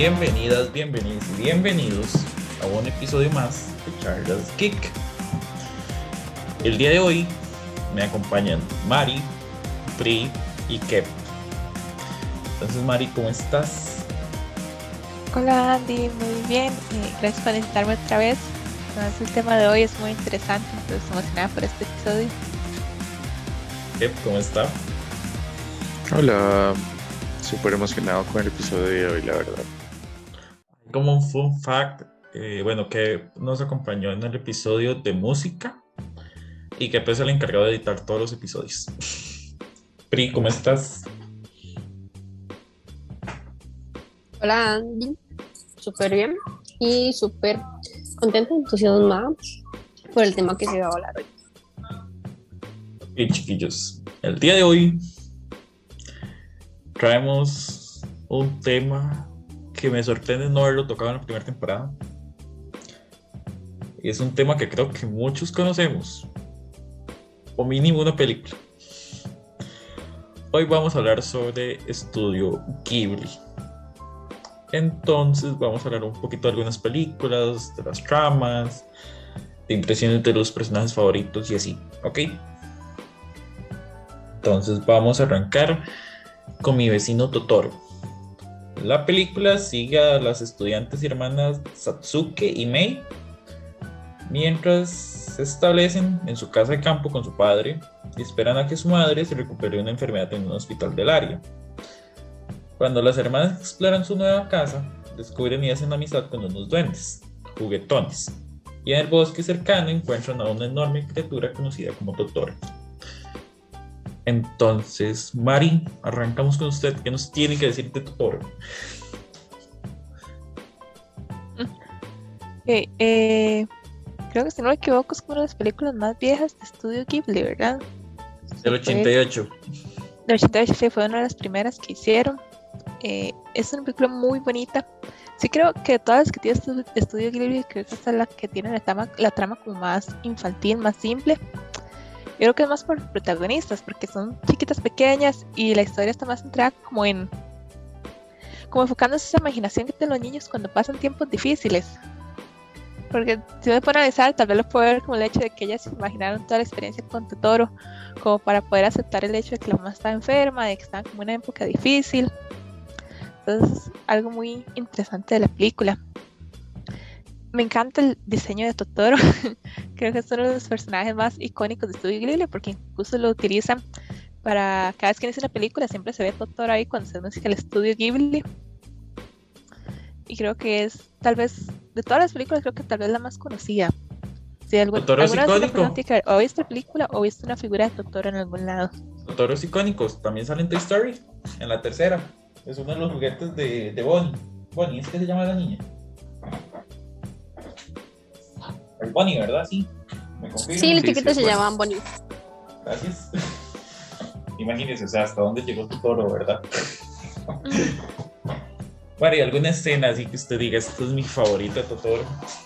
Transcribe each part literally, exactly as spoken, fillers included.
Bienvenidas, bienvenidos y bienvenidos a un episodio más de Charlas Geek. El día de hoy me acompañan Mari, Pri y Kep. Entonces, Mari, ¿cómo estás? Hola Andy, muy bien, eh, gracias por invitarme otra vez. Entonces, el tema de hoy es muy interesante, entonces emocionada por este episodio. Kep, ¿cómo está? Hola, súper emocionado con el episodio de hoy, la verdad. Como un fun fact, eh, bueno, que nos acompañó en el episodio de música y que pues es el encargado de editar todos los episodios. Pri, ¿cómo estás? Hola Andy, súper bien y súper contenta, entusiasmada por el tema que se va a hablar hoy. Y chiquillos, el día de hoy traemos un tema que me sorprende no haberlo tocado en la primera temporada. Y es un tema que creo que muchos conocemos, o mínimo una película. Hoy vamos a hablar sobre Estudio Ghibli. Entonces vamos a hablar un poquito de algunas películas, de las tramas, de impresiones de los personajes favoritos y así, ¿ok? Entonces vamos a arrancar con Mi vecino Totoro. La película sigue a las estudiantes y hermanas Satsuke y Mei mientras se establecen en su casa de campo con su padre y esperan a que su madre se recupere de una enfermedad en un hospital del área. Cuando las hermanas exploran su nueva casa, descubren y hacen amistad con unos duendes, juguetones, y en el bosque cercano encuentran a una enorme criatura conocida como Totoro. Entonces, Mari, arrancamos con usted. ¿Qué nos tiene que decir de Totoro? Okay, eh, creo que si no me equivoco es una de las películas más viejas de Estudio Ghibli, ¿verdad? Del ochenta y ocho. Del ochenta y ocho, sí, fue una de las primeras que hicieron. Eh, es una película muy bonita. Sí, creo que de todas las que tiene Estudio Ghibli, creo que esta es la que tiene la trama, la trama como más infantil, más simple. Yo creo que es más por protagonistas, porque son chiquitas pequeñas y la historia está más centrada como en como enfocándose en esa imaginación que tienen los niños cuando pasan tiempos difíciles. Porque si me pone a analizar, tal vez lo puedo ver como el hecho de que ellas se imaginaron toda la experiencia con Totoro, como para poder aceptar el hecho de que la mamá estaba enferma, de que estaban como en una época difícil. Entonces, algo muy interesante de la película. Me encanta el diseño de Totoro. Creo que es uno de los personajes más icónicos de Studio Ghibli, porque incluso lo utilizan para cada vez que inicia una película, siempre se ve Totoro ahí cuando se anuncia el Estudio Ghibli. Y creo que es, tal vez, de todas las películas, creo que tal vez la más conocida. Si algún, Totoro es icónico. Que o visto la película o visto una figura de Totoro en algún lado. Totoro es icónico. También sale en Toy Story, en la tercera. Es uno de los juguetes de, de Bonnie. Bonnie, ¿es que se llama la niña? El Bonnie, ¿verdad? Sí. ¿Me confirmo? Sí, los Sí, chiquitos sí, se bueno. llamaban Bonnie. Gracias. Imagínense, o sea, hasta dónde llegó Totoro, ¿verdad? Mari, ¿alguna escena así que usted diga, esta es mi favorita de Totoro?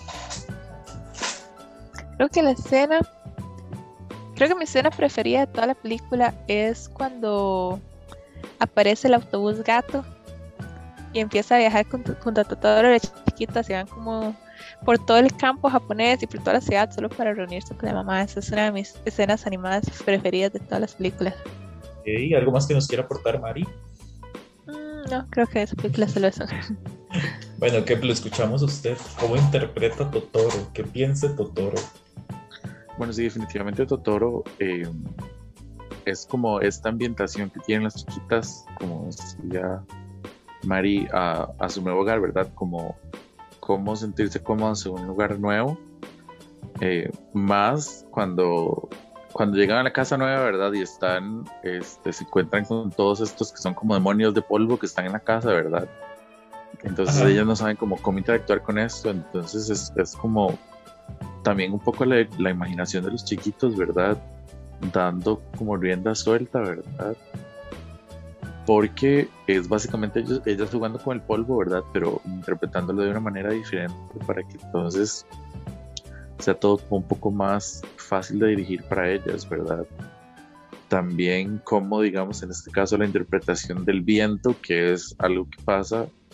Creo que la escena, creo que mi escena preferida de toda la película es cuando aparece el autobús gato y empieza a viajar junto, junto a Totoro de chiquita, se van como por todo el campo japonés y por toda la ciudad solo para reunirse con la mamá. Esa es una de mis escenas animadas preferidas de todas las películas. Okay, ¿algo más que nos quiera aportar, Mari? Mm, no, creo que esa película solo eso. Bueno, que lo escuchamos a usted. ¿Cómo interpreta Totoro? ¿Qué piensa Totoro? Bueno, sí, definitivamente Totoro eh, es como esta ambientación que tienen las chiquitas, como decía Mari, a, a su nuevo hogar, ¿verdad? Como cómo sentirse cómodos en un lugar nuevo, eh, más cuando, cuando llegan a la casa nueva, ¿verdad? Y están, este, se encuentran con todos estos que son como demonios de polvo que están en la casa, ¿verdad? Entonces Ajá. ellas no saben cómo, cómo interactuar con esto, entonces es, es como también un poco la, la imaginación de los chiquitos, ¿verdad? Dando como rienda suelta, ¿verdad? Porque es básicamente ellos, ellas jugando con el polvo, ¿verdad? Pero interpretándolo de una manera diferente para que entonces sea todo un poco más fácil de dirigir para ellas, ¿verdad? También como, digamos, en este caso la interpretación del viento, que es algo que pasa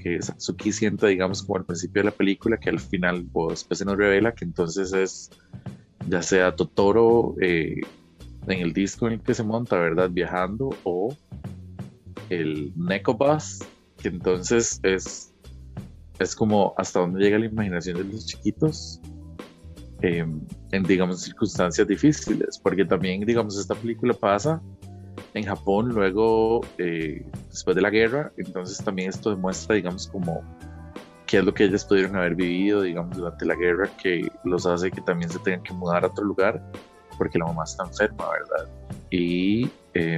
que Satsuki sienta, digamos, como al principio de la película, que al final o después se nos revela que entonces es ya sea Totoro eh, en el disco en el que se monta, ¿verdad? Viajando, o el Neko Bus, que entonces es, es como hasta dónde llega la imaginación de los chiquitos eh, en, digamos, circunstancias difíciles, porque también, digamos, esta película pasa en Japón luego, eh, después de la guerra, entonces también esto demuestra, digamos, como qué es lo que ellas pudieron haber vivido, digamos, durante la guerra, que los hace que también se tengan que mudar a otro lugar, porque la mamá está enferma, ¿verdad? Y eh,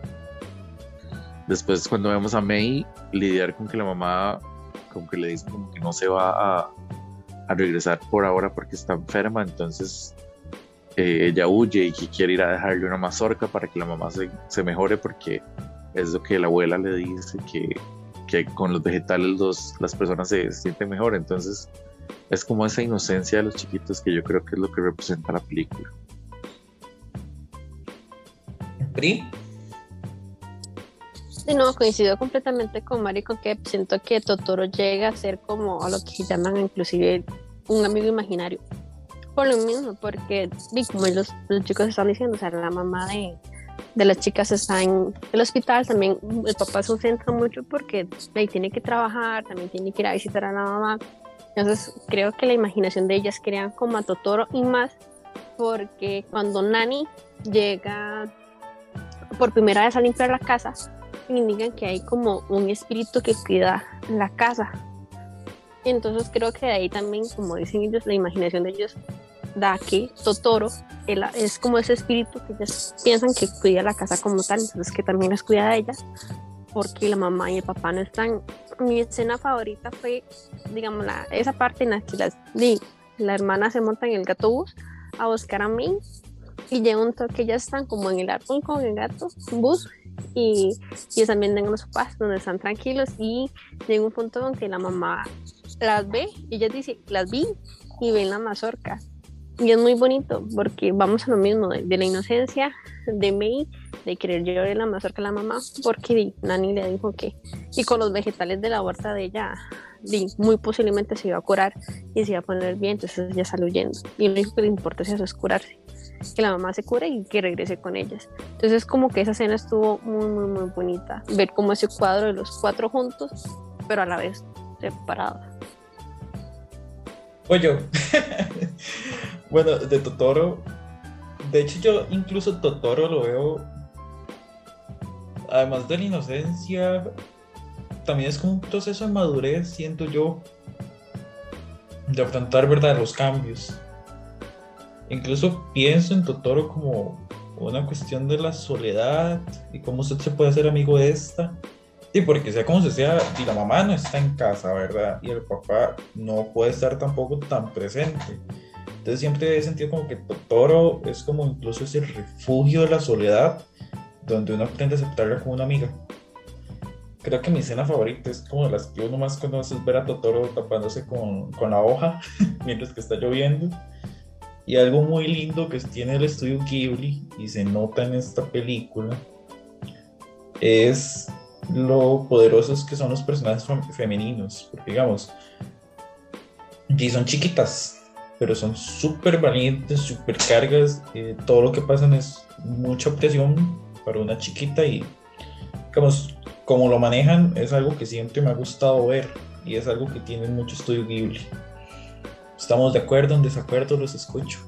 después cuando vemos a Mei lidiar con que la mamá, como que le dice como que no se va a, a regresar por ahora porque está enferma, entonces eh, ella huye y que quiere ir a dejarle una mazorca para que la mamá se, se mejore, porque es lo que la abuela le dice, que, que con los vegetales los, las personas se sienten mejor. Entonces es como esa inocencia de los chiquitos que yo creo que es lo que representa la película. ¿Pri? Sí, no, coincido completamente con Mari, con que siento que Totoro llega a ser como a lo que llaman inclusive un amigo imaginario. Por lo mismo, porque vi como los, los chicos están diciendo, o sea, la mamá de, de las chicas está en el hospital, también el papá se centra mucho porque ahí tiene que trabajar, también tiene que ir a visitar a la mamá. Entonces creo que la imaginación de ellas crean como a Totoro, y más porque cuando Nani llega por primera vez a limpiar la casa, indican que hay como un espíritu que cuida la casa. Entonces creo que de ahí también, como dicen ellos, la imaginación de ellos da que Totoro el, es como ese espíritu que ellos piensan que cuida la casa como tal, entonces que también las cuida a ellas, porque la mamá y el papá no están. Mi escena favorita fue, digamos, la, esa parte en la que las, di, la hermana se monta en el gato bus a buscar a Mei, y llega un toque que ya están como en el árbol con el gato bus, y, y también tengan los papás donde están tranquilos, y llega un punto donde la mamá las ve y ella dice, las vi, y ven la mazorca, y es muy bonito porque vamos a lo mismo de, de la inocencia de Mei de querer llevarle la mazorca a la mamá porque Nani le dijo que, y con los vegetales de la huerta de ella, di, muy posiblemente se iba a curar y se iba a poner bien, entonces ella sale huyendo, y lo único que le importa es eso, es curarse, que la mamá se cure y que regrese con ellas. Entonces como que esa escena estuvo muy muy muy bonita, ver como ese cuadro de los cuatro juntos pero a la vez separados. Oye, bueno, de Totoro, de hecho yo incluso Totoro lo veo, además de la inocencia, también es como un proceso de madurez, siento yo, de afrontar, ¿verdad?, los cambios. Incluso pienso en Totoro como una cuestión de la soledad y cómo usted se puede hacer amigo de esta. Sí, porque sea como se sea, y la mamá no está en casa, ¿verdad? Y el papá no puede estar tampoco tan presente. Entonces siempre he sentido como que Totoro es como incluso ese refugio de la soledad, donde uno aprende a aceptarla como una amiga. Creo que mi escena favorita es como de las que uno más conoce, es ver a Totoro tapándose con, con la hoja mientras que está lloviendo. Y algo muy lindo que tiene el estudio Ghibli, y se nota en esta película, es lo poderosos que son los personajes femeninos. Porque digamos, y son chiquitas, pero son súper valientes, súper cargas. Eh, todo lo que pasan es mucha presión para una chiquita, y digamos, como lo manejan es algo que siempre me ha gustado ver, y es algo que tiene mucho estudio Ghibli. ¿Estamos de acuerdo, en desacuerdo? Los escucho.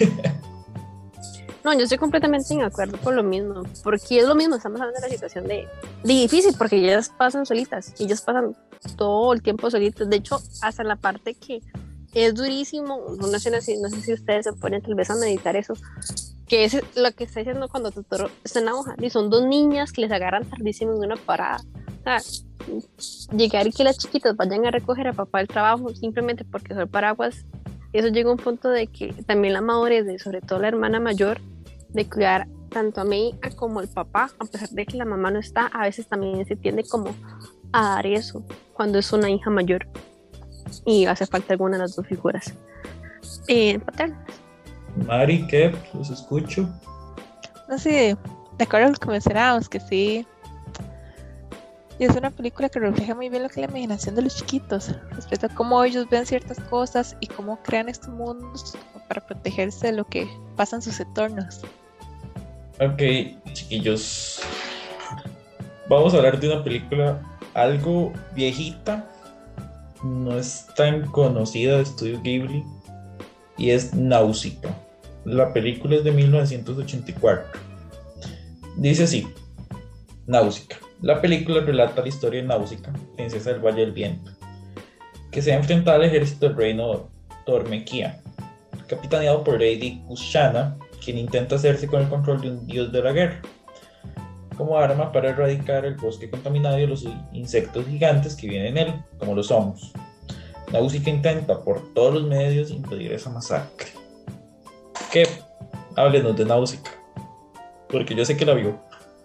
No, yo estoy completamente en acuerdo por lo mismo, porque es lo mismo, estamos hablando de la situación de, de difícil, porque ellas pasan solitas, ellas pasan todo el tiempo solitas, de hecho, hasta la parte que es durísimo, una escena así, no sé si ustedes se ponen tal vez a meditar eso, que es lo que está diciendo cuando Totoro está en la hoja, y son dos niñas que les agarran tardísimo en una parada, o sea, llegar y que las chiquitas vayan a recoger a papá del trabajo simplemente porque son paraguas, eso llega a un punto de que también la madurez de sobre todo la hermana mayor de cuidar tanto a Mei como al papá, a pesar de que la mamá no está, a veces también se tiende como a dar eso cuando es una hija mayor y hace falta alguna de las dos figuras eh, paternas. Mari, ¿qué? Los escucho. No sé, de acuerdo a lo que mencionábamos, que sí, Y es una película que refleja muy bien lo que es la imaginación de los chiquitos, respecto a cómo ellos ven ciertas cosas y cómo crean estos mundos para protegerse de lo que pasa en sus entornos. Ok, chiquillos, vamos a hablar de una película algo viejita, no es tan conocida de Estudio Ghibli, y es Náusica. La película es de mil novecientos ochenta y cuatro. Dice así: Náusica. La película relata la historia de Náusica, princesa del Valle del Viento, que se ha enfrentado al ejército del reino Tormequía, capitaneado por Lady Kushana, quien intenta hacerse con el control de un dios de la guerra, como arma para erradicar el bosque contaminado y los insectos gigantes que viven en él, como los hongos. Náusica intenta por todos los medios impedir esa masacre. ¿Qué? Háblenos de Náusica, porque yo sé que la vio.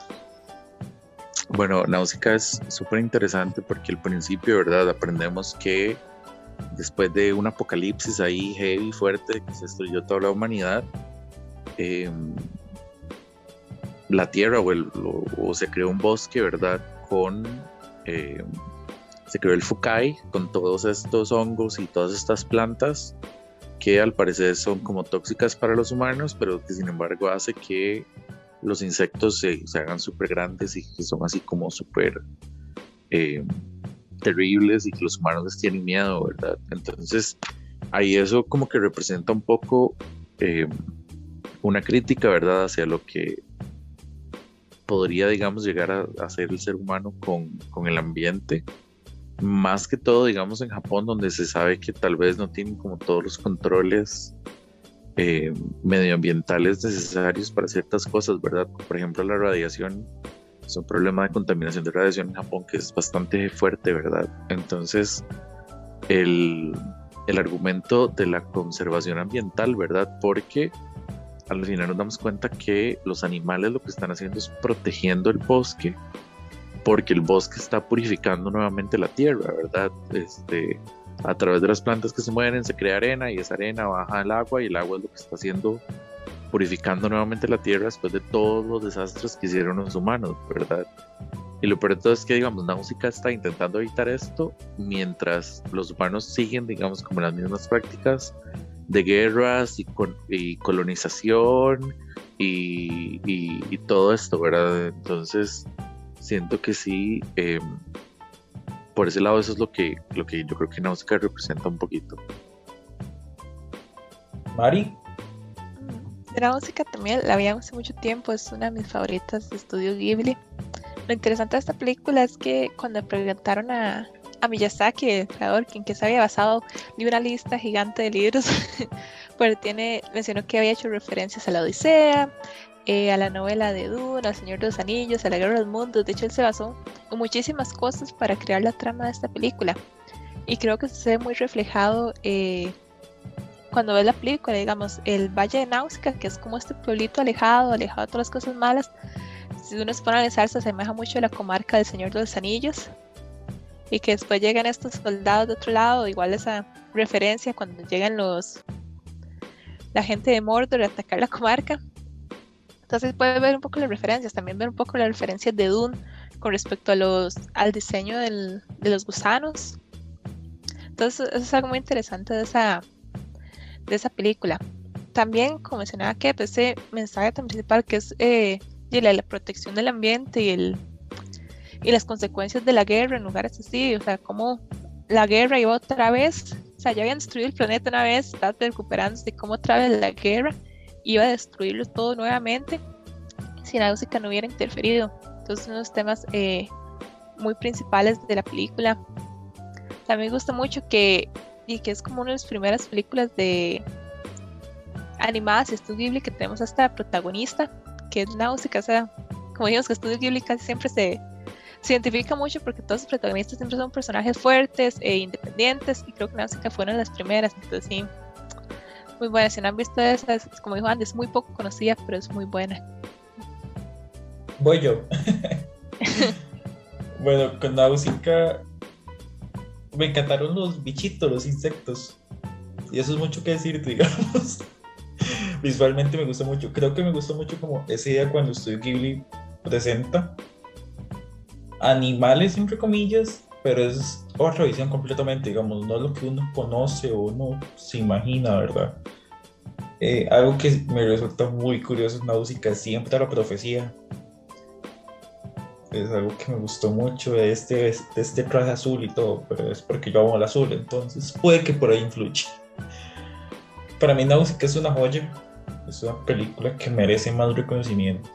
Bueno, Náusica es súper interesante porque al principio, ¿verdad? Aprendemos que después de un apocalipsis ahí heavy, fuerte, que se destruyó toda la humanidad, eh, la tierra o, el, o, o se creó un bosque, ¿verdad? Con, eh, se creó el Fukai con todos estos hongos y todas estas plantas que al parecer son como tóxicas para los humanos, pero que sin embargo hace que los insectos se, se hagan súper grandes y que son así como súper eh, terribles y que los humanos les tienen miedo, ¿verdad? Entonces ahí eso como que representa un poco eh, una crítica, ¿verdad? Hacia lo que podría, digamos, llegar a, a ser el ser humano con, con el ambiente, más que todo, digamos, en Japón, donde se sabe que tal vez no tienen como todos los controles Eh, medioambientales necesarios para ciertas cosas, ¿verdad? Por ejemplo, la radiación es un problema de contaminación de radiación en Japón que es bastante fuerte, ¿verdad? Entonces, el, el argumento de la conservación ambiental, ¿verdad? Porque al final nos damos cuenta que los animales lo que están haciendo es protegiendo el bosque, porque el bosque está purificando nuevamente la tierra, ¿verdad? Este... A través de las plantas que se mueven se crea arena y esa arena baja al agua y el agua es lo que está haciendo, purificando nuevamente la tierra después de todos los desastres que hicieron los humanos, ¿verdad? Y lo peor de todo es que, digamos, Náusica está intentando evitar esto mientras los humanos siguen, digamos, como las mismas prácticas de guerras y, con, y colonización y, y, y todo esto, ¿verdad? Entonces siento que sí... Eh, por ese lado eso es lo que, lo que yo creo que Náusica representa un poquito. Mari. Náusica también la vi hace mucho tiempo, es una de mis favoritas de Estudio Ghibli. Lo interesante de esta película es que cuando preguntaron a, a Miyazaki, el creador, en que se había basado, dio una lista gigante de libros, pero tiene, mencionó que había hecho referencias a la Odisea, Eh, a la novela de Dune, al Señor de los Anillos, a la Guerra de los Mundos. De hecho, él se basó en muchísimas cosas para crear la trama de esta película. Y creo que se ve muy reflejado eh, cuando ves la película, digamos, el Valle de Náusica, que es como este pueblito alejado, alejado de todas las cosas malas. Si uno se pone a analizar, se asemeja mucho a la comarca del Señor de los Anillos. Y que después llegan estos soldados de otro lado, igual esa referencia cuando llegan los la gente de Mordor a atacar la comarca. Entonces puedes ver un poco las referencias, también ver un poco las referencias de Dune con respecto a los, al diseño del, de los gusanos. Entonces eso es algo muy interesante de esa, de esa película. También, como mencionaba, que ese mensaje tan principal que es eh, la, la protección del ambiente y, el, y las consecuencias de la guerra en lugares así, o sea, como la guerra iba otra vez, o sea, ya habían destruido el planeta una vez, estaba recuperándose, y cómo otra vez la guerra iba a destruirlo todo nuevamente si Náusica no hubiera interferido. Entonces unos temas eh, muy principales de la película. También me gusta mucho que y que es como una de las primeras películas de animadas de Estudio Ghibli que tenemos hasta protagonista, que es Náusica. O sea, como dijimos, que Estudio Ghibli casi siempre se, se identifica mucho porque todos los protagonistas siempre son personajes fuertes e independientes, y creo que Náusica fue una de las primeras. Entonces sí, muy buena. Si no han visto esa, es, como dijo Andy, es muy poco conocida, pero es muy buena. Voy yo. Bueno, con Náusica me encantaron los bichitos, los insectos, y eso es mucho que decir, digamos. Visualmente me gusta mucho. Creo que me gusta mucho como esa idea cuando Estudio Ghibli presenta animales, entre comillas, pero es otra visión completamente, digamos, no es lo que uno conoce o uno se imagina, ¿verdad? Eh, algo que me resulta muy curioso en Náusica, siempre la profecía. Es algo que me gustó mucho de este, de este traje azul y todo, pero es porque yo amo el azul, entonces puede que por ahí influya. Para mí Náusica es una joya, es una película que merece más reconocimiento.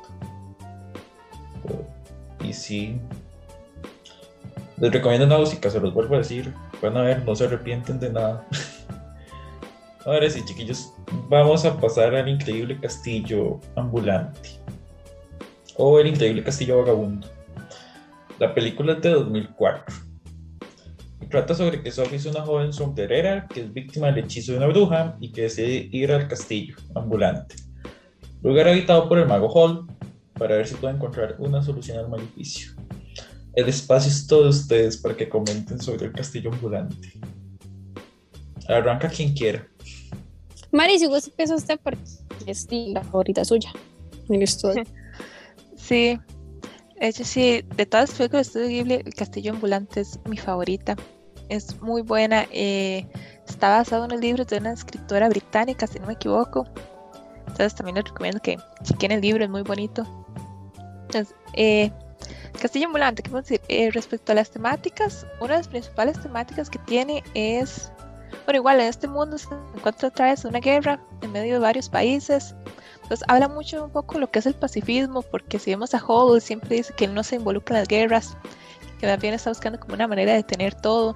Y sí, les recomiendo Náusica, se los vuelvo a decir, van a ver, no se arrepienten de nada. Ahora sí, chiquillos, vamos a pasar al increíble castillo ambulante, o el increíble castillo vagabundo. La película es de dos mil cuatro y trata sobre que Sophie es una joven sombrerera que es víctima del hechizo de una bruja y que decide ir al castillo ambulante, lugar habitado por el mago Hall, para ver si puede encontrar una solución al maleficio. El espacio es todo de ustedes para que comenten sobre el castillo ambulante. Arranca quien quiera. Mari, si gusta empieza usted porque es la favorita suya en esto. Sí, de hecho sí, de todas las películas de Estudio Ghibli, El Castillo Ambulante es mi favorita. Es muy buena, eh, está basado en el libro de una escritora británica, si no me equivoco. Entonces también les recomiendo que chequen el libro, es muy bonito. Entonces, eh, Castillo Ambulante, ¿qué puedo decir? Eh, respecto a las temáticas, una de las principales temáticas que tiene es, bueno, igual en este mundo se encuentra otra vez una guerra en medio de varios países. Entonces habla mucho un poco de lo que es el pacifismo, porque si vemos a Hall, siempre dice que él no se involucra en las guerras, que más bien está buscando como una manera de detener todo.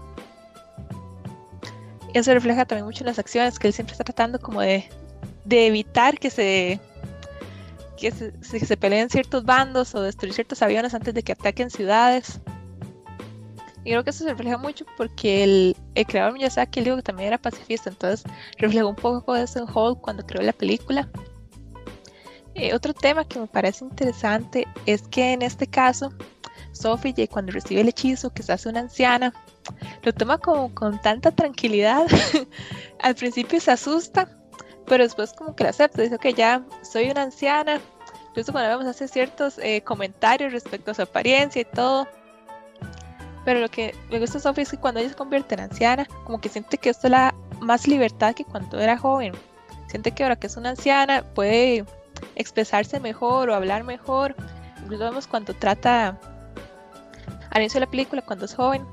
Y eso refleja también mucho en las acciones, que él siempre está tratando como de, de evitar que se, que se, que se peleen ciertos bandos o destruir ciertos aviones antes de que ataquen ciudades. Y creo que eso se refleja mucho porque el, el creador Miyazaki, él dijo que también era pacifista, entonces reflejó un poco de eso en Hall cuando creó la película. Eh, otro tema que me parece interesante es que en este caso Sophie, cuando recibe el hechizo que se hace una anciana, lo toma como con tanta tranquilidad. Al principio se asusta, pero después como que lo acepta, dice que ya soy una anciana. Incluso cuando vemos hace ciertos eh, comentarios respecto a su apariencia y todo. Pero lo que me gusta de Sophie es que cuando ella se convierte en anciana, como que siente que esto le da más libertad que cuando era joven. Siente que ahora que es una anciana puede expresarse mejor o hablar mejor. Incluso vemos cuando trata al inicio de la película, cuando es joven,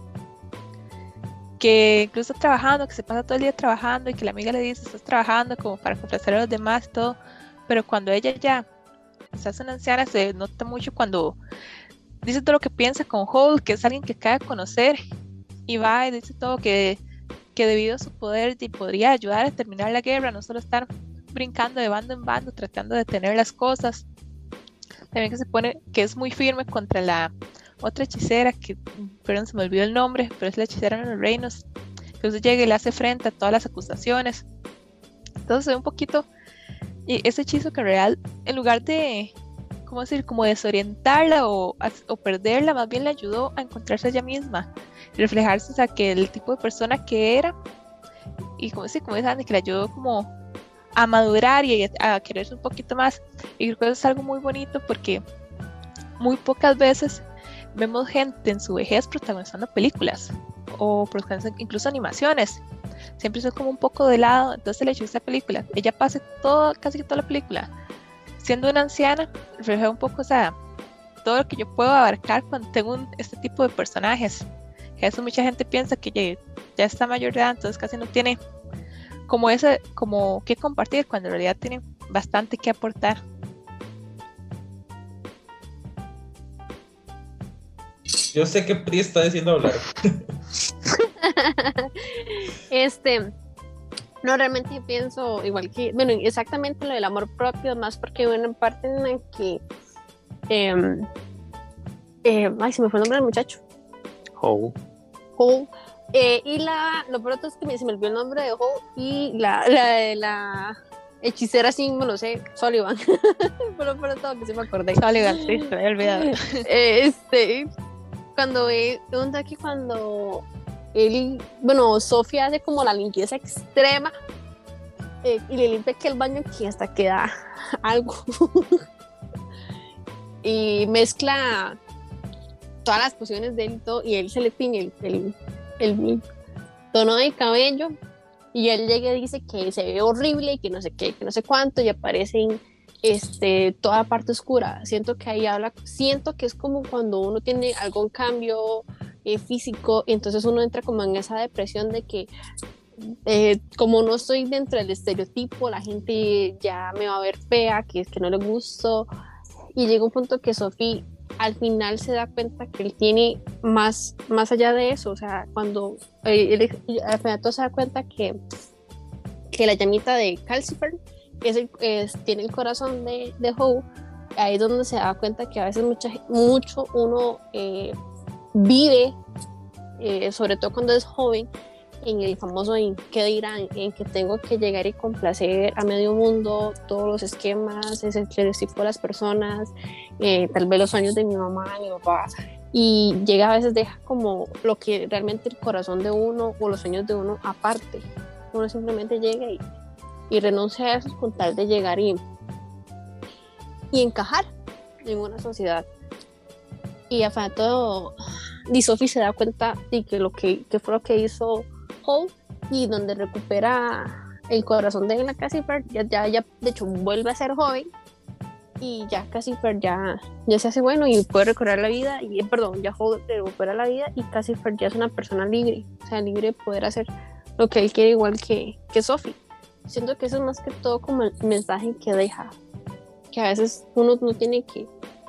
que incluso está trabajando, que se pasa todo el día trabajando y que la amiga le dice, estás trabajando como para complacer a los demás y todo, pero cuando ella ya se hace una anciana se nota mucho cuando dice todo lo que piensa con Hall, que es alguien que acaba de conocer, y va y dice todo que, que debido a su poder podría ayudar a terminar la guerra, no solo estar brincando de bando en bando tratando de detener las cosas. También que se pone que es muy firme contra la otra hechicera, que perdón, se me olvidó el nombre, pero es la hechicera en los reinos, que entonces llega y le hace frente a todas las acusaciones. Entonces se ve un poquito y ese hechizo que en real, en lugar de ¿cómo decir? Como desorientarla o, o perderla, más bien le ayudó a encontrarse a ella misma y reflejarse, o sea, que el tipo de persona que era, y como decir, como dice Andy, que le ayudó como a madurar y a, a quererse un poquito más. Y creo que eso es algo muy bonito porque muy pocas veces vemos gente en su vejez protagonizando películas o incluso animaciones. Siempre son como un poco de lado. Entonces el hecho de esta película, ella pasa todo, casi toda la película siendo una anciana, refleja un poco, o sea, todo lo que yo puedo abarcar cuando tengo un, este tipo de personajes. Eso mucha gente piensa que ya, ya está mayor de edad, entonces casi no tiene como ese, como que compartir, cuando en realidad tiene bastante que aportar. Yo sé que Pri está diciendo hablar. Este, no, realmente yo pienso igual que, bueno, exactamente lo del amor propio, más porque bueno, en parte en la que, eh, eh, ay, se me fue el nombre del muchacho. Hole. Hole. Eh, y la, lo pronto es que me, se me olvidó el nombre de Hole y la, la, la hechicera, sí, no sé, Sullivan. Por lo pronto que sí me acordé. Sullivan, sí, se me había olvidado. eh, este, cuando él, onda que cuando él, bueno, Sofía hace como la limpieza extrema eh, y le limpia que el baño que hasta queda algo y mezcla todas las posiciones de él y todo, y él se le tiñe el, el, el tono de cabello, y él llega y dice que se ve horrible, y que no sé qué, que no sé cuánto, y aparecen este, toda la parte oscura. Siento que ahí habla, siento que es como cuando uno tiene algún cambio eh, físico, y entonces uno entra como en esa depresión de que eh, como no estoy dentro del estereotipo, la gente ya me va a ver fea, que es que no le gusto, y llega un punto que Sophie al final se da cuenta que él tiene más, más allá de eso. O sea, cuando eh, él, al final todo se da cuenta que, que la llamita de Calcifer es el, es, tiene el corazón de, de Hope. Ahí es donde se da cuenta que a veces mucha, mucho uno eh, vive, eh, sobre todo cuando es joven, en el famoso en qué dirán, en que tengo que llegar y complacer a medio mundo, todos los esquemas, ese estereotipo de las personas, eh, tal vez los sueños de mi mamá, de mi papá, y llega a veces deja como lo que realmente el corazón de uno o los sueños de uno aparte. Uno simplemente llega y, y renuncia a eso con tal de llegar y, y encajar en una sociedad. Y al final todo, y Sophie se da cuenta de que lo que, que fue lo que hizo Hope, y donde recupera el corazón de la Calcifer, ya, ya, ya de hecho vuelve a ser joven, y ya Calcifer ya, ya se hace bueno y puede recuperar la vida, y perdón, ya Hope recupera la vida y Calcifer ya es una persona libre, o sea, libre de poder hacer lo que él quiere, igual que, que Sophie. Siento que eso es más que todo como el mensaje que deja, que a veces uno no tiene que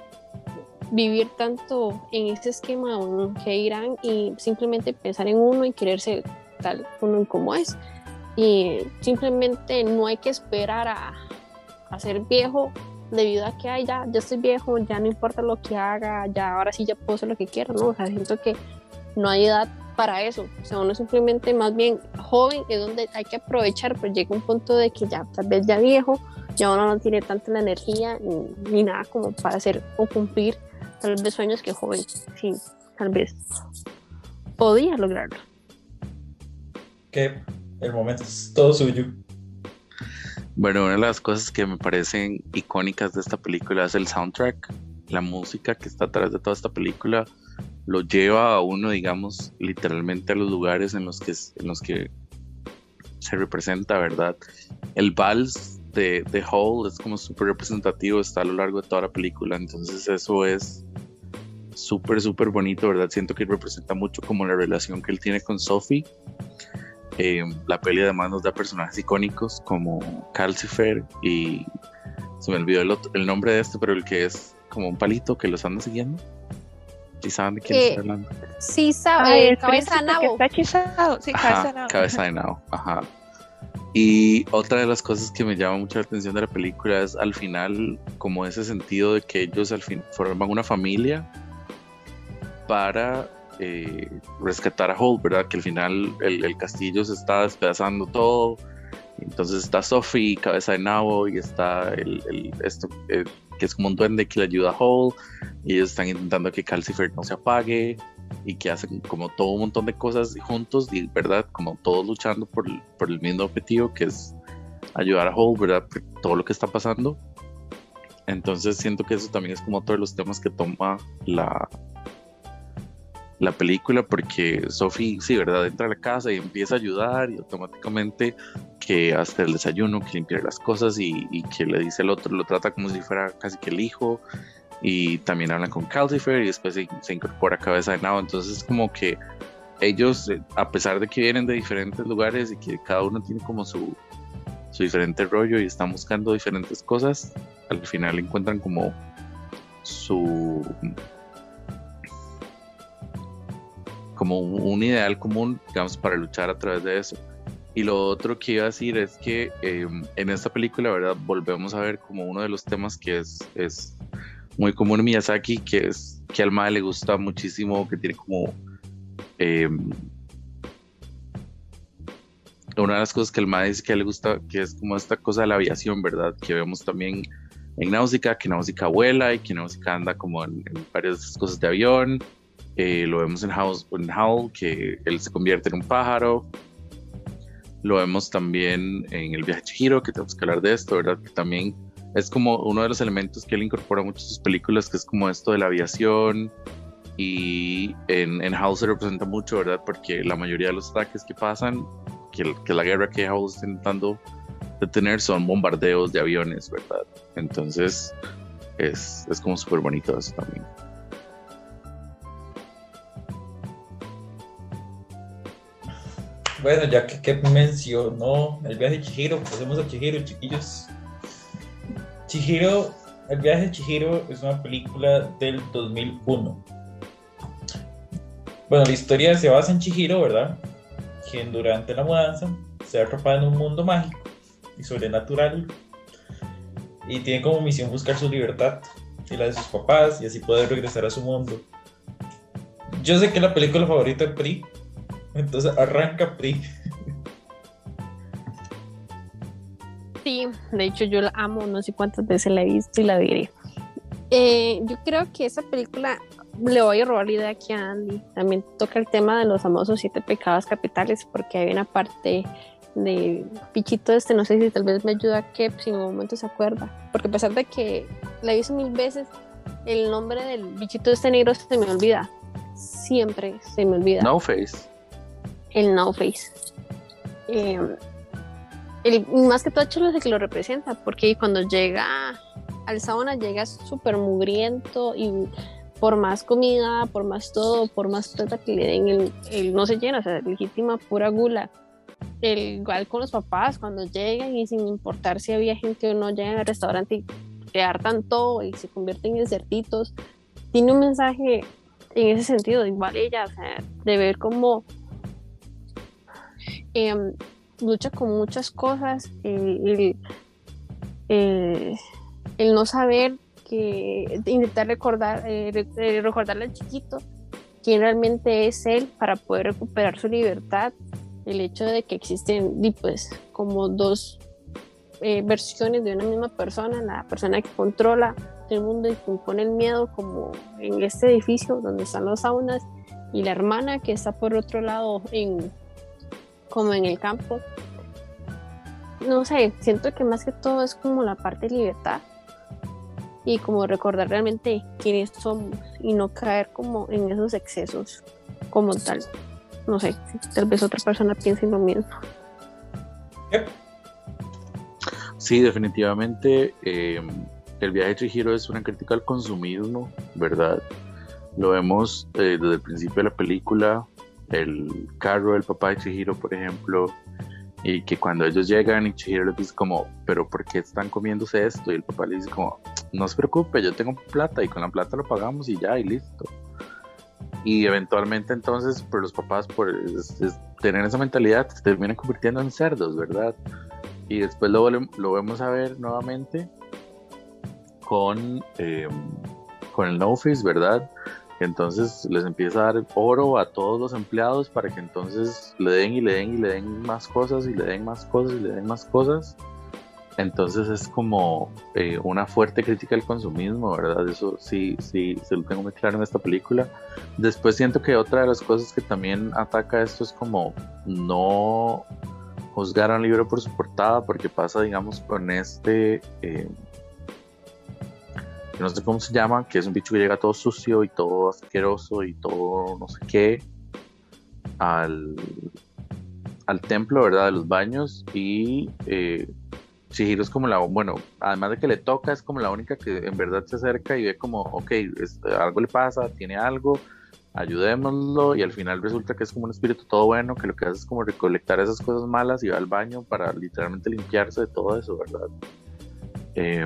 vivir tanto en ese esquema o en qué irán, y simplemente pensar en uno y quererse tal uno como es, y simplemente no hay que esperar a, a ser viejo debido a que ay, ya, ya estoy viejo, ya no importa lo que haga, ya ahora sí ya puedo hacer lo que quiero, ¿no? O sea, siento que no hay edad para eso. O sea, uno simplemente más bien joven es donde hay que aprovechar, pero llega un punto de que ya tal vez ya viejo, ya uno no tiene tanta la energía ni, ni nada como para hacer o cumplir tal vez sueños que joven, sí, tal vez podía lograrlo. Que el momento es todo suyo. Bueno, una de las cosas que me parecen icónicas de esta película es el soundtrack. La música que está atrás de toda esta película lo lleva a uno, digamos, literalmente a los lugares en los que, en los que se representa, ¿verdad? El vals de, de Hall es como súper representativo, está a lo largo de toda la película, entonces eso es súper, súper bonito, ¿verdad? Siento que representa mucho como la relación que él tiene con Sophie. Eh, la peli además nos da personajes icónicos como Calcifer y se me olvidó el, otro, el nombre de este, pero el que es como un palito que los anda siguiendo. ¿Sí saben de quién eh, estoy hablando? Sí, sabe, ah, el cabeza de nabo. Está hechizado, sí, Ajá, cabeza de nabo. Cabeza de nabo, ajá. Y otra de las cosas que me llama mucho la atención de la película es al final como ese sentido de que ellos al fin forman una familia para eh, rescatar a Holt, ¿verdad? Que al final el, el castillo se está despedazando todo, entonces está Sophie, cabeza de nabo, y está el, el, esto el, que es como un duende que le ayuda a Holt, y ellos están intentando que Calcifer no se apague, y que hacen como todo un montón de cosas juntos, y verdad, como todos luchando por, por el mismo objetivo, que es ayudar a Holt, ¿verdad? Por todo lo que está pasando. Entonces siento que eso también es como otro de los temas que toma la, la película, porque Sophie, sí, ¿verdad? Entra a la casa y empieza a ayudar, y automáticamente que hasta el desayuno, que limpiar las cosas, y, y que le dice al otro, lo trata como si fuera casi que el hijo. Y también hablan con Calcifer y después se, se incorpora Cabeza de Nabo. Entonces es como que ellos, a pesar de que vienen de diferentes lugares y que cada uno tiene como su, su diferente rollo y están buscando diferentes cosas, al final encuentran como su como un ideal común, digamos, para luchar a través de eso. Y lo otro que iba a decir es que eh, en esta película, ¿verdad? Volvemos a ver como uno de los temas que es, es muy común en Miyazaki, que es que al mae le gusta muchísimo, que tiene como eh, una de las cosas que el mae dice que a él le gusta, que es como esta cosa de la aviación, ¿verdad? Que vemos también en Náusica, que Náusica vuela y que Náusica anda como en, en varias cosas de avión. Eh, lo vemos en, House, en Howl, que él se convierte en un pájaro. Lo vemos también en El viaje de Chihiro, que tenemos que hablar de esto, ¿verdad? Que también es como uno de los elementos que él incorpora mucho en sus películas, que es como esto de la aviación y en, en House se representa mucho, ¿verdad? Porque la mayoría de los ataques que pasan, que, que la guerra que House está intentando detener son bombardeos de aviones, ¿verdad? Entonces es, es como súper bonito eso también. Bueno, ya que, que mencionó el viaje de Chihiro, pasemos a Chihiro, chiquillos. Chihiro, el viaje de Chihiro es una película del dos mil uno. Bueno, la historia se basa en Chihiro, ¿verdad? Quien durante la mudanza se atrapa en un mundo mágico y sobrenatural y tiene como misión buscar su libertad y la de sus papás y así poder regresar a su mundo. Yo sé que es la película favorita de Pri, entonces arranca Pri. Sí, de hecho yo la amo, no sé cuántas veces la he visto y la diré. Eh, yo creo que esa película, le voy a robar la idea aquí a Andy, también toca el tema de los famosos siete pecados capitales, porque hay una parte de Pichito este, no sé si tal vez me ayuda a que si en un momento se acuerda, porque a pesar de que la he visto mil veces, el nombre del bichito este negro se me olvida, siempre se me olvida. No Face. El No Face. Eh, el, más que todo Cholo es el que lo representa, porque cuando llega al sauna llega súper mugriento y por más comida, por más todo, por más plata que le den, él, él no se llena, o sea, legítima pura gula. El, igual con los papás, cuando llegan y sin importar si había gente o no, llegan al restaurante y te hartan todo y se convierten en cerditos. Tiene un mensaje en ese sentido, igual ella, o sea, de ver cómo eh, lucha con muchas cosas, eh, el, eh, el no saber que intentar recordar eh, recordarle al chiquito quién realmente es él para poder recuperar su libertad, el hecho de que existen pues como dos eh, versiones de una misma persona, la persona que controla el mundo y que impone el miedo, como en este edificio donde están los saunas, y la hermana que está por otro lado en, como en el campo. No sé, siento que más que todo es como la parte de libertad y como recordar realmente quiénes somos y no caer como en esos excesos como tal. No sé, tal vez otra persona piense lo mismo. Yep. Sí, definitivamente eh, el viaje de Chihiro es una crítica al consumismo, ¿verdad? Lo vemos eh, desde el principio de la película, el carro del papá de Chihiro, por ejemplo, y que cuando ellos llegan y Chihiro les dice como, pero ¿por qué están comiéndose esto? Y el papá le dice como, no se preocupe, yo tengo plata y con la plata lo pagamos y ya, y listo. Y eventualmente entonces, por los papás, por es, es, tener esa mentalidad, se terminan convirtiendo en cerdos, ¿verdad? Y después lo, lo vemos a ver nuevamente con, eh, con el No Face, ¿verdad? Entonces les empieza a dar oro a todos los empleados para que entonces le den y le den y le den más cosas y le den más cosas y le den más cosas. Entonces es como eh, una fuerte crítica al consumismo, ¿verdad? Eso sí, sí, se lo tengo muy claro en esta película. Después siento que otra de las cosas que también ataca esto es como no juzgar a un libro por su portada, porque pasa, digamos, con este... Eh, no sé cómo se llama, que es un bicho que llega todo sucio y todo asqueroso y todo no sé qué al, al templo, ¿verdad? De los baños, y eh, Chihiro es como la, bueno, además de que le toca, es como la única que en verdad se acerca y ve como, ok, es, algo le pasa, tiene algo, ayudémoslo, y al final resulta que es como un espíritu todo bueno, que lo que hace es como recolectar esas cosas malas y va al baño para literalmente limpiarse de todo eso, ¿verdad? Eh,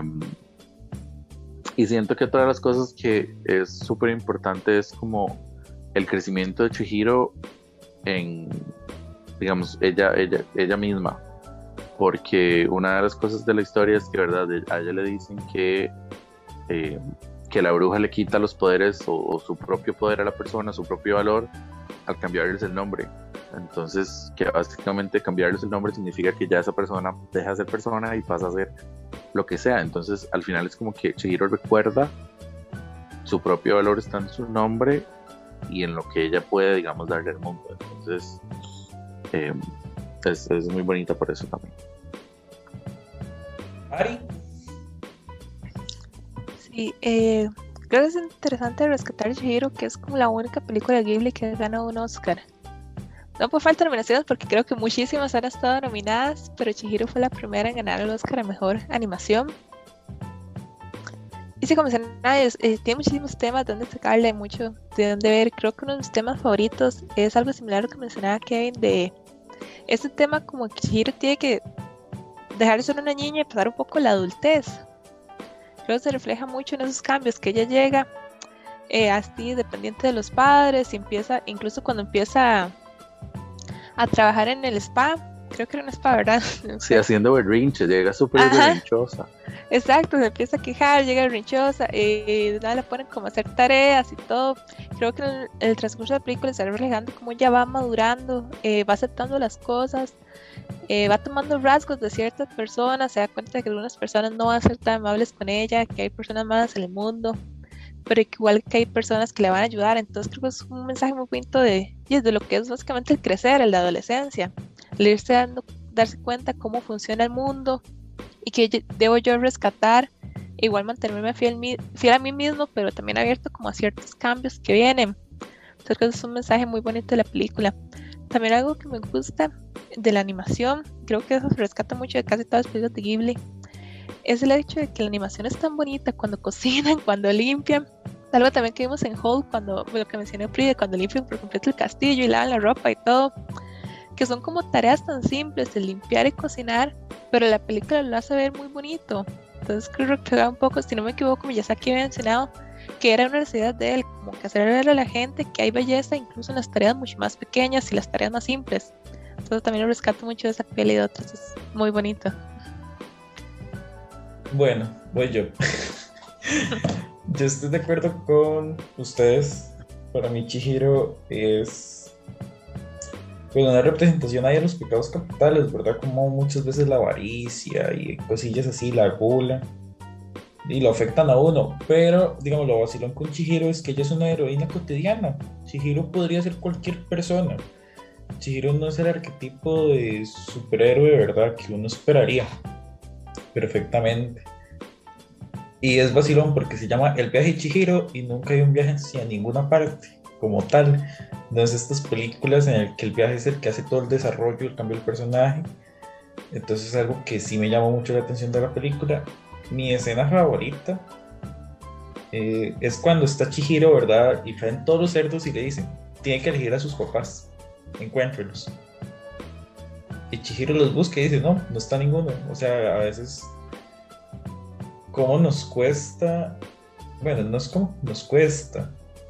Y siento que otra de las cosas que es súper importante es como el crecimiento de Chihiro en, digamos, ella, ella, ella misma. Porque una de las cosas de la historia es que, ¿verdad? A ella le dicen que, eh, que la bruja le quita los poderes o, o su propio poder a la persona, su propio valor, al cambiarles el nombre. Entonces, que básicamente cambiarles el nombre significa que ya esa persona deja de ser persona y pasa a ser lo que sea. Entonces, al final es como que Chihiro recuerda su propio valor está en su nombre y en lo que ella puede, digamos, darle al mundo. Entonces, eh, es, es muy bonita por eso también. Ari. Sí, eh, Creo que es interesante rescatar Chihiro, que es como la única película de Ghibli que gana un Oscar. No por falta de nominaciones, porque creo que muchísimas han estado nominadas, pero Chihiro fue la primera en ganar el Oscar a Mejor Animación. Y sí, como mencionaba, eh, tiene muchísimos temas de donde sacarle, mucho de donde ver. Creo que uno de mis temas favoritos es algo similar a lo que mencionaba Kevin, de este tema como que Chihiro tiene que dejar de ser una niña y pasar un poco la adultez. Creo que se refleja mucho en esos cambios, que ella llega eh, así dependiente de los padres, y empieza, incluso cuando empieza a, a trabajar en el spa, creo que era un spa, ¿verdad? Sí, haciendo berrinche, llega súper berrinchosa. Exacto, se empieza a quejar, llega berrinchosa, eh, nada, la ponen como a hacer tareas y todo. Creo que el, el transcurso de la película está reflejando cómo ella va madurando, eh, va aceptando las cosas, eh, va tomando rasgos de ciertas personas, se da cuenta de que algunas personas no van a ser tan amables con ella, que hay personas malas en el mundo, pero que igual que hay personas que le van a ayudar. Entonces creo que es un mensaje muy bonito de, de lo que es básicamente el crecer, el de adolescencia, el irse dando, darse cuenta cómo funciona el mundo y que debo yo rescatar, igual mantenerme fiel, fiel a mí mismo, pero también abierto como a ciertos cambios que vienen. Entonces creo que es un mensaje muy bonito de la película. También algo que me gusta de la animación, creo que eso se rescata mucho de casi todas las películas de Ghibli, es el hecho de que la animación es tan bonita cuando cocinan, cuando limpian. Algo también que vimos en Hulk, cuando, lo que mencioné Frida, cuando limpian por completo el castillo y lavan la ropa y todo, que son como tareas tan simples, el limpiar y cocinar, pero la película lo hace ver muy bonito. Entonces creo que un poco, si no me equivoco, Miyazaki había mencionado que era una necesidad de él, como que hacer ver a la gente que hay belleza incluso en las tareas mucho más pequeñas y las tareas más simples. Entonces también lo rescato mucho de esa peli y de otras, es muy bonito. Bueno, voy yo. Yo estoy de acuerdo con ustedes. Para mí Chihiro es pues una representación ahí de los pecados capitales, ¿verdad? Como muchas veces la avaricia y cosillas así, la gula, y lo afectan a uno. Pero, digamos, lo vacilón con Chihiro es que ella es una heroína cotidiana. Chihiro podría ser cualquier persona. Chihiro no es el arquetipo de superhéroe, ¿verdad? Que uno esperaría perfectamente. Y es vacilón porque se llama El viaje de Chihiro y nunca hay un viaje hacia ninguna parte como tal. No es estas películas en el que el viaje es el que hace todo el desarrollo, el cambio del personaje. Entonces es algo que sí me llamó mucho la atención de la película. Mi escena favorita eh, es cuando está Chihiro, ¿verdad? Y traen todos los cerdos y le dicen, tiene que elegir a sus papás, encuéntrelos. Y Chihiro los busca y dice, no, no está ninguno. O sea, a veces, ¿cómo nos cuesta? Bueno, no es como nos cuesta.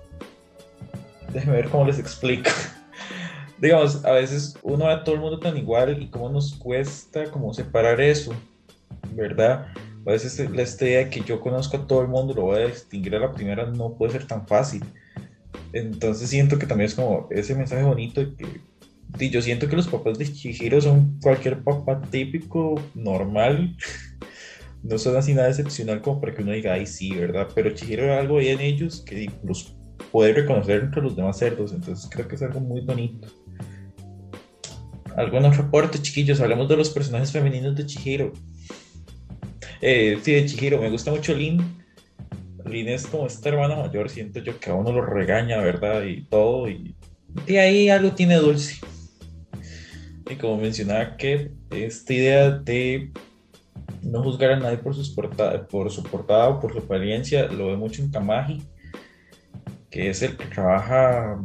Déjenme ver cómo les explico. Digamos, a veces uno ve a todo el mundo tan igual y cómo nos cuesta como separar eso, ¿verdad? A veces la esta idea de que yo conozco a todo el mundo, lo voy a distinguir a la primera, no puede ser tan fácil. Entonces siento que también es como ese mensaje bonito de que y yo siento que los papás de Chihiro son cualquier papá típico, normal. No son así nada excepcional como para que uno diga, ay sí, ¿verdad? Pero Chihiro era algo ahí en ellos que los puede reconocer entre los demás cerdos, entonces creo que es algo muy bonito. ¿Algún otro aporte, chiquillos? Hablemos de los personajes femeninos de Chihiro. Eh, sí, de Chihiro, me gusta mucho Lin. Lin es como esta hermana mayor, siento yo que a uno lo regaña, ¿verdad? Y todo, y de ahí algo tiene dulce. Y como mencionaba que esta idea de no juzgar a nadie por, sus porta- por su portada o por su apariencia, lo ve mucho en Tamagi, que es el que trabaja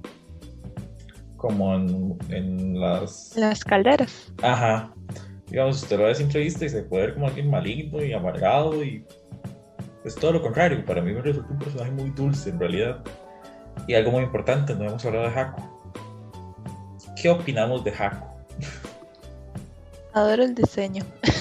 como en, en las... Las calderas. Ajá. Digamos, usted lo ve a simple vista y se puede ver como alguien maligno y amargado y es todo lo contrario. Para mí me resulta un personaje muy dulce en realidad. Y algo muy importante, no hemos hablado de Haku. ¿Qué opinamos de Haku? Adoro el diseño.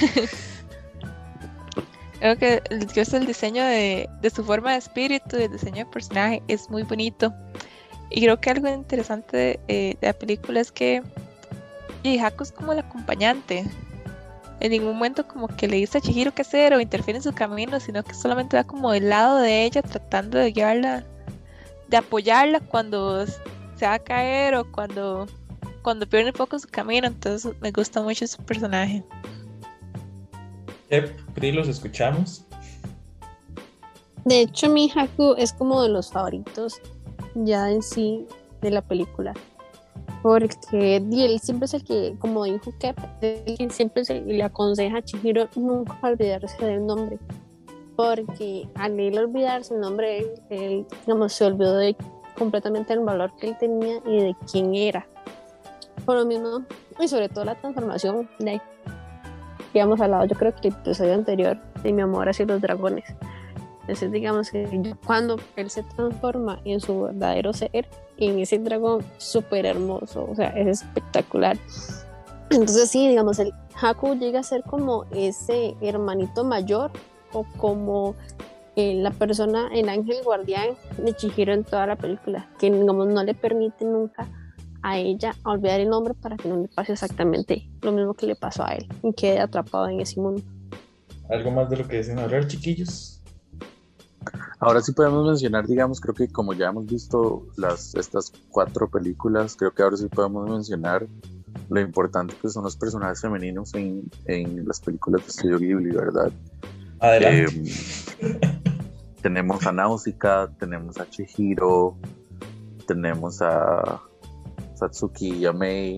Creo que el, yo sé el diseño de, de su forma de espíritu y el diseño de personaje es muy bonito. Y creo que algo interesante de, eh, de la película es que y Haku es como el acompañante. En ningún momento como que le dice a Chihiro qué hacer o interfiere en su camino, sino que solamente va como del lado de ella tratando de guiarla, de apoyarla cuando se va a caer o cuando, cuando pierde un poco su camino. Entonces me gusta mucho su personaje. Yep, Pri, los escuchamos. De hecho, mi Haku es como de los favoritos ya en sí de la película. Porque di, él siempre es el que, como dijo Kep, él siempre es el que le aconseja a Chihiro nunca olvidarse del nombre. Porque al él olvidarse el nombre, él, él digamos, se olvidó de completamente el valor que él tenía y de quién era. Por lo mismo, y sobre todo la transformación de que habíamos hablado, yo creo que el episodio anterior de Mi amor hacia los dragones. Entonces, digamos que cuando él se transforma en su verdadero ser, en ese dragón súper hermoso, o sea, es espectacular. Entonces, sí, digamos, el Haku llega a ser como ese hermanito mayor o como eh, la persona, el ángel guardián de Chihiro en toda la película, que, digamos, no le permite nunca a ella olvidar el nombre para que no le pase exactamente lo mismo que le pasó a él y quede atrapado en ese mundo. ¿Algo más de lo que deseen hablar, chiquillos? Ahora sí podemos mencionar, digamos, creo que como ya hemos visto las, estas cuatro películas, creo que ahora sí podemos mencionar lo importante que son los personajes femeninos en, en las películas de Estudio Ghibli, ¿verdad? Adelante. Eh, tenemos a Nausicaa, tenemos a Chihiro, tenemos a Satsuki y a Mei,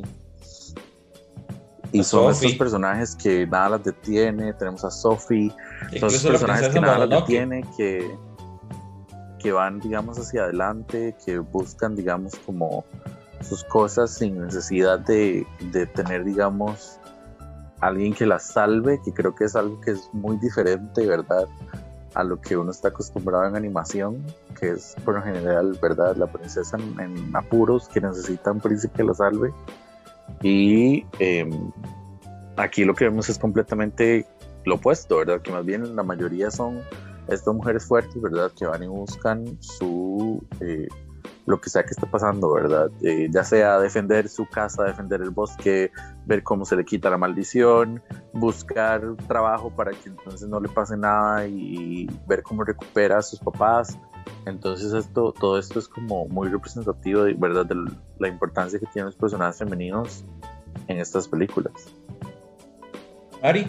y a son Sophie. estos personajes que nada las detiene. Tenemos a Sophie, son Incluso estos la personajes princesa que nada las Mononoke. detiene, que, que van, digamos, hacia adelante, que buscan, digamos, como sus cosas sin necesidad de, de tener, digamos, alguien que las salve, que creo que es algo que es muy diferente, ¿verdad?, a lo que uno está acostumbrado en animación, que es por lo general, ¿verdad?, la princesa en, en apuros que necesita un príncipe que la salve. Y eh, aquí lo que vemos es completamente lo opuesto, ¿verdad?, que más bien la mayoría son estas mujeres fuertes, ¿verdad?, que van y buscan su eh, lo que sea que esté pasando, ¿verdad?, eh, ya sea defender su casa, defender el bosque, ver cómo se le quita la maldición, buscar trabajo para que entonces no le pase nada, y ver cómo recupera a sus papás. Entonces esto, todo esto es como muy representativo, de, ¿verdad?, de la importancia que tienen los personajes femeninos en estas películas. Ari.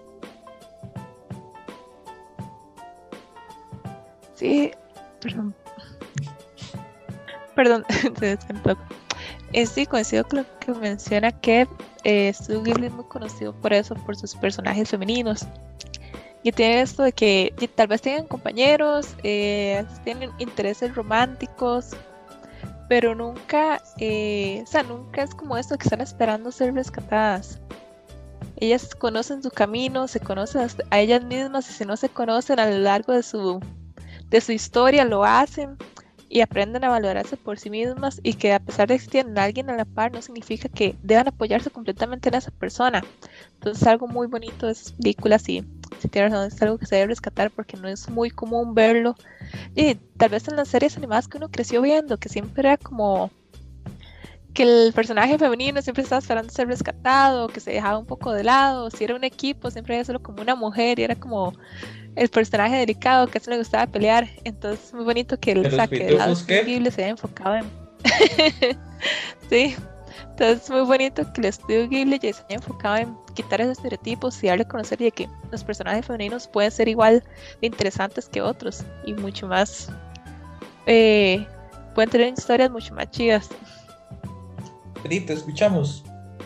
Sí, perdón. Perdón, se desconectó. Eh, sí, coincido con lo que menciona que eh, Studio Ghibli es muy conocido por eso, por sus personajes femeninos. Y tiene esto de que y tal vez tengan compañeros, eh, tienen intereses románticos, pero nunca, eh, o sea, nunca es como esto que están esperando ser rescatadas. Ellas conocen su camino, se conocen a ellas mismas, y si no se conocen a lo largo de su, de su historia, lo hacen y aprenden a valorarse por sí mismas, y que a pesar de que tienen a alguien a la par, no significa que deban apoyarse completamente en esa persona. Entonces es algo muy bonito de esas películas, y si tienes razón, es algo que se debe rescatar porque no es muy común verlo. Y tal vez en las series animadas que uno creció viendo, que siempre era como que el personaje femenino siempre estaba esperando ser rescatado, que se dejaba un poco de lado. Si era un equipo, siempre era solo como una mujer y era como el personaje delicado que a eso le gustaba pelear. Entonces es muy bonito que el saque del lado Ghibli se haya enfocado en sí, entonces es muy bonito que el estudio Ghibli ya se haya enfocado en quitar esos estereotipos y darle a conocer de que los personajes femeninos pueden ser igual de interesantes que otros y mucho más eh, pueden tener historias mucho más chidas. Edith, te escuchamos.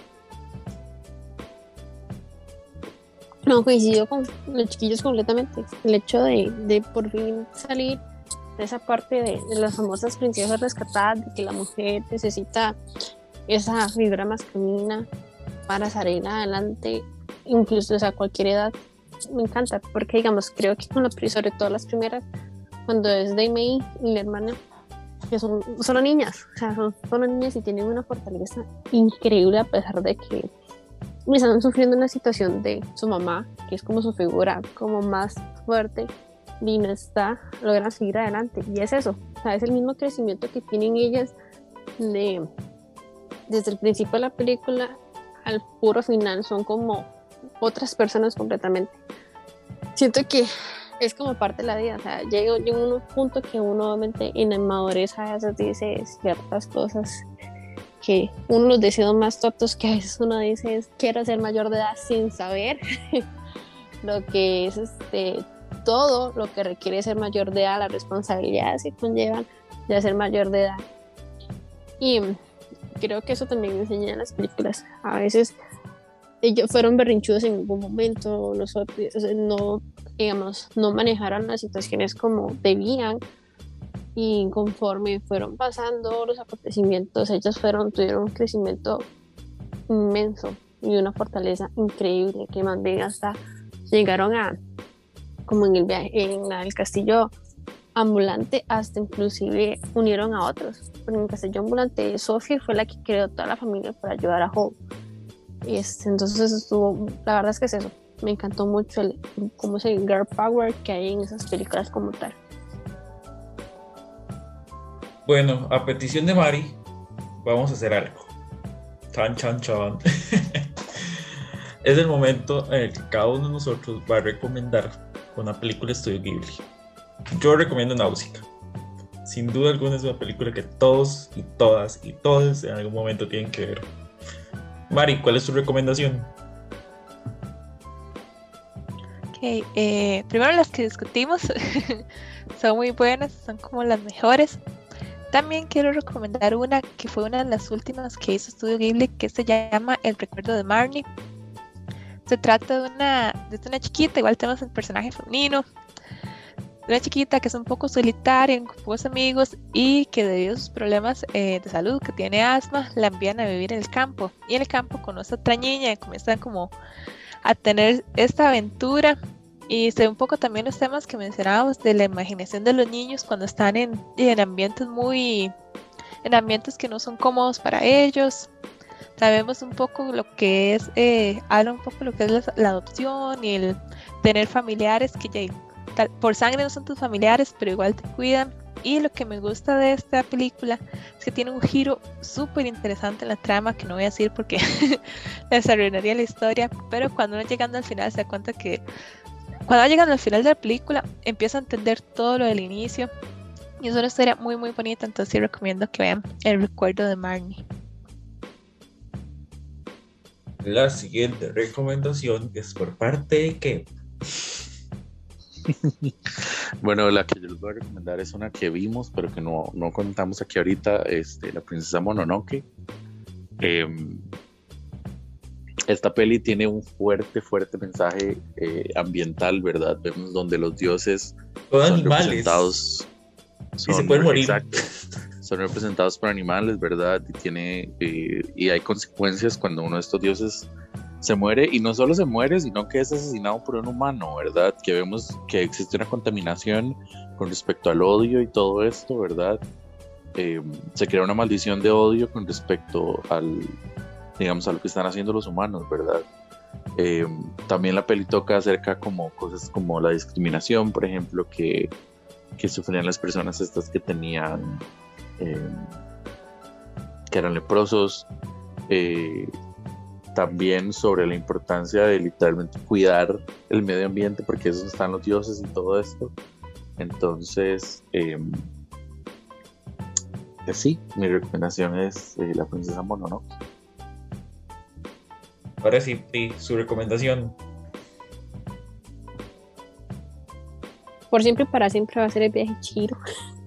No, coincido con los chiquillos completamente. El hecho de, de por fin salir de esa parte de, de las famosas princesas rescatadas, de que la mujer necesita esa fibra masculina para salir adelante, incluso a cualquier edad, me encanta, porque digamos, creo que con la, sobre todo las primeras, cuando es de Mei y la hermana, que son solo niñas, o sea, son solo niñas y tienen una fortaleza increíble, a pesar de que están sufriendo una situación de su mamá, que es como su figura como más fuerte, y no está, logran seguir adelante, y es eso, o sea, es el mismo crecimiento que tienen ellas de, desde el principio de la película al puro final, son como otras personas completamente. Siento que es como parte de la vida, o sea, llega, llega un punto que uno obviamente en la madurez a veces dice ciertas cosas que uno los deseos más tontos que a veces uno dice es quiero ser mayor de edad sin saber lo que es este todo lo que requiere ser mayor de edad, las responsabilidades que conllevan de ser mayor de edad. Y creo que eso también enseña en las películas. A veces ellos fueron berrinchudos en algún momento, nosotros, no, digamos, no manejaron las situaciones como debían, y conforme fueron pasando los acontecimientos, ellos fueron, tuvieron un crecimiento inmenso y una fortaleza increíble, que más bien hasta llegaron a, como en el viaje, en el castillo ambulante, hasta inclusive unieron a otros. Porque en el castillo ambulante, Sophie fue la que creó toda la familia para ayudar a Hope. Este, entonces estuvo, la verdad es que es eso, me encantó mucho el, cómo es el girl power que hay en esas películas como tal. Bueno, a petición de Mari, vamos a hacer algo. Chan, chan, chan. Es el momento en el que cada uno de nosotros va a recomendar una película de Estudio Ghibli. Yo recomiendo Náusica. Sin duda alguna es una película que todos y todas y todos en algún momento tienen que ver. Mari, ¿cuál es tu recomendación? Ok, eh, primero las que discutimos son muy buenas, son como las mejores. También quiero recomendar una que fue una de las últimas que hizo Estudio Ghibli, que se llama El recuerdo de Marnie. Se trata de una, de una chiquita, igual tenemos el personaje femenino, de una chiquita que es un poco solitaria, con pocos amigos, y que debido a sus problemas eh, de salud, que tiene asma, la envían a vivir en el campo. Y en el campo conoce a otra niña y comienzan como a tener esta aventura. Y se ve un poco también los temas que mencionábamos de la imaginación de los niños cuando están en, en ambientes muy, en ambientes que no son cómodos para ellos. Sabemos un poco lo que es, eh, habla un poco de lo que es la, la adopción y el tener familiares que ya, tal, por sangre no son tus familiares, pero igual te cuidan. Y lo que me gusta de esta película es que tiene un giro súper interesante en la trama, que no voy a decir porque les arruinaría la historia, pero cuando uno llegando al final se da cuenta que cuando va llegando al final de la película empieza a entender todo lo del inicio, y es una historia muy muy bonita. Entonces sí recomiendo que vean El recuerdo de Marnie. La siguiente recomendación es por parte de que bueno, la que yo les voy a recomendar es una que vimos pero que no, no contamos aquí ahorita, este, La princesa Mononoke. eh, Esta peli tiene un fuerte, fuerte mensaje eh, ambiental, ¿verdad? Vemos donde los dioses son, son animales representados. Son, y se pueden morir. Exacto, son representados por animales, ¿verdad? Y, tiene, eh, y hay consecuencias cuando uno de estos dioses se muere. Y no solo se muere, sino que es asesinado por un humano, ¿verdad? Que vemos que existe una contaminación con respecto al odio y todo esto, ¿verdad? Eh, se crea una maldición de odio con respecto al... digamos, a lo que están haciendo los humanos, ¿verdad? Eh, también la peli toca acerca como cosas como la discriminación, por ejemplo, que, que sufrían las personas estas que tenían, eh, que eran leprosos. Eh, también sobre la importancia de literalmente cuidar el medio ambiente, porque esos están los dioses y todo esto. Entonces, eh, pues sí, mi recomendación es eh, La princesa Mononoke. Ahora sí, sí, su recomendación. Por siempre y para siempre va a ser El viaje de Chihiro.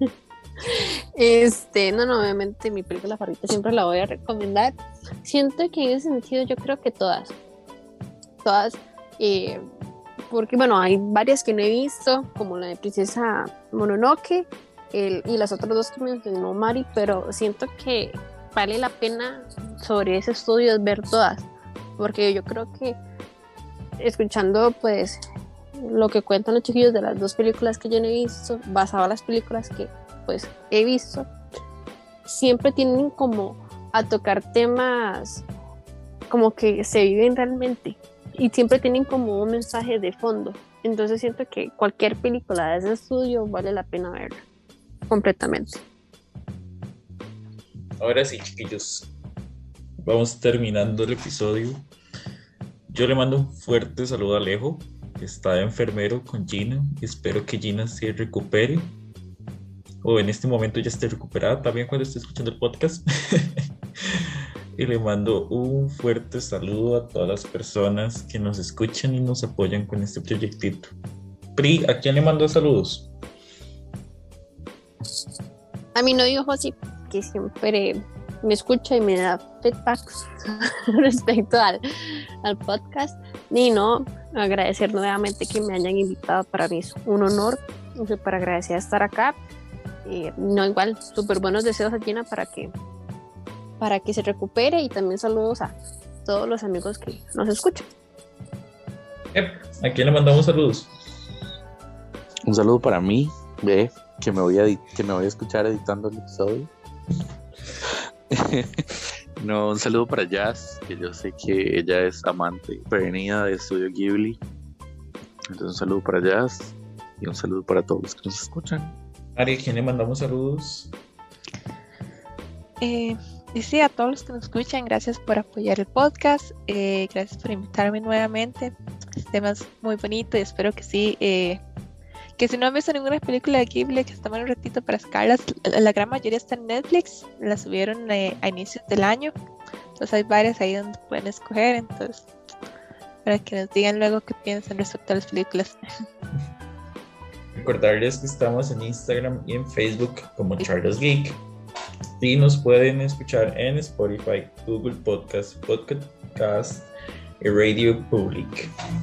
Este, no, no, obviamente mi película favorita siempre la voy a recomendar. Siento que en ese sentido yo creo que todas, todas, eh, porque bueno, hay varias que no he visto, como la de Princesa Mononoke, el, y las otras dos que mencionó Mari, pero siento que vale la pena sobre ese estudio ver todas, porque yo creo que escuchando pues lo que cuentan los chiquillos de las dos películas que yo no he visto, basado en las películas que pues he visto, siempre tienen como a tocar temas como que se viven realmente y siempre tienen como un mensaje de fondo. Entonces siento que cualquier película de ese estudio vale la pena verla completamente. Ahora sí, chiquillos, vamos terminando el episodio. Yo le mando un fuerte saludo a Alejo, que está de enfermero con Gina, y espero que Gina se recupere, o en este momento ya esté recuperada también cuando esté escuchando el podcast. Y le mando un fuerte saludo a todas las personas que nos escuchan y nos apoyan con este proyectito Pri, ¿a quién le mandó saludos? A mi novio José, que siempre me escucha y me da feedbacks respecto al, al podcast. Y no, agradecer nuevamente que me hayan invitado. Para mí es un honor, súper agradecida de estar acá. Eh, no, igual, súper buenos deseos a Gina para que, para que se recupere, y también saludos a todos los amigos que nos escuchan. ¿A quién le mandamos saludos? Un saludo para mí, ve, que me voy a, que me voy a escuchar editando el episodio. No, un saludo para Jazz, que yo sé que ella es amante perdida de Estudio Ghibli. Entonces un saludo para Jazz y un saludo para todos los que nos escuchan. Ari, ¿a quién le mandamos saludos? Eh, y sí, a todos los que nos escuchan, gracias por apoyar el podcast, eh, gracias por invitarme nuevamente. Este tema es muy bonito y espero que sí, eh, que si no han visto ninguna película de Ghibli, que estamos un ratito para sacarlas. La, la gran mayoría está en Netflix, las subieron eh, a inicios del año, entonces hay varias ahí donde pueden escoger, entonces para que nos digan luego qué piensan respecto a las películas. Recordarles que estamos en Instagram y en Facebook como Charles Geek, y nos pueden escuchar en Spotify, Google Podcast, Podcast y Radio Public.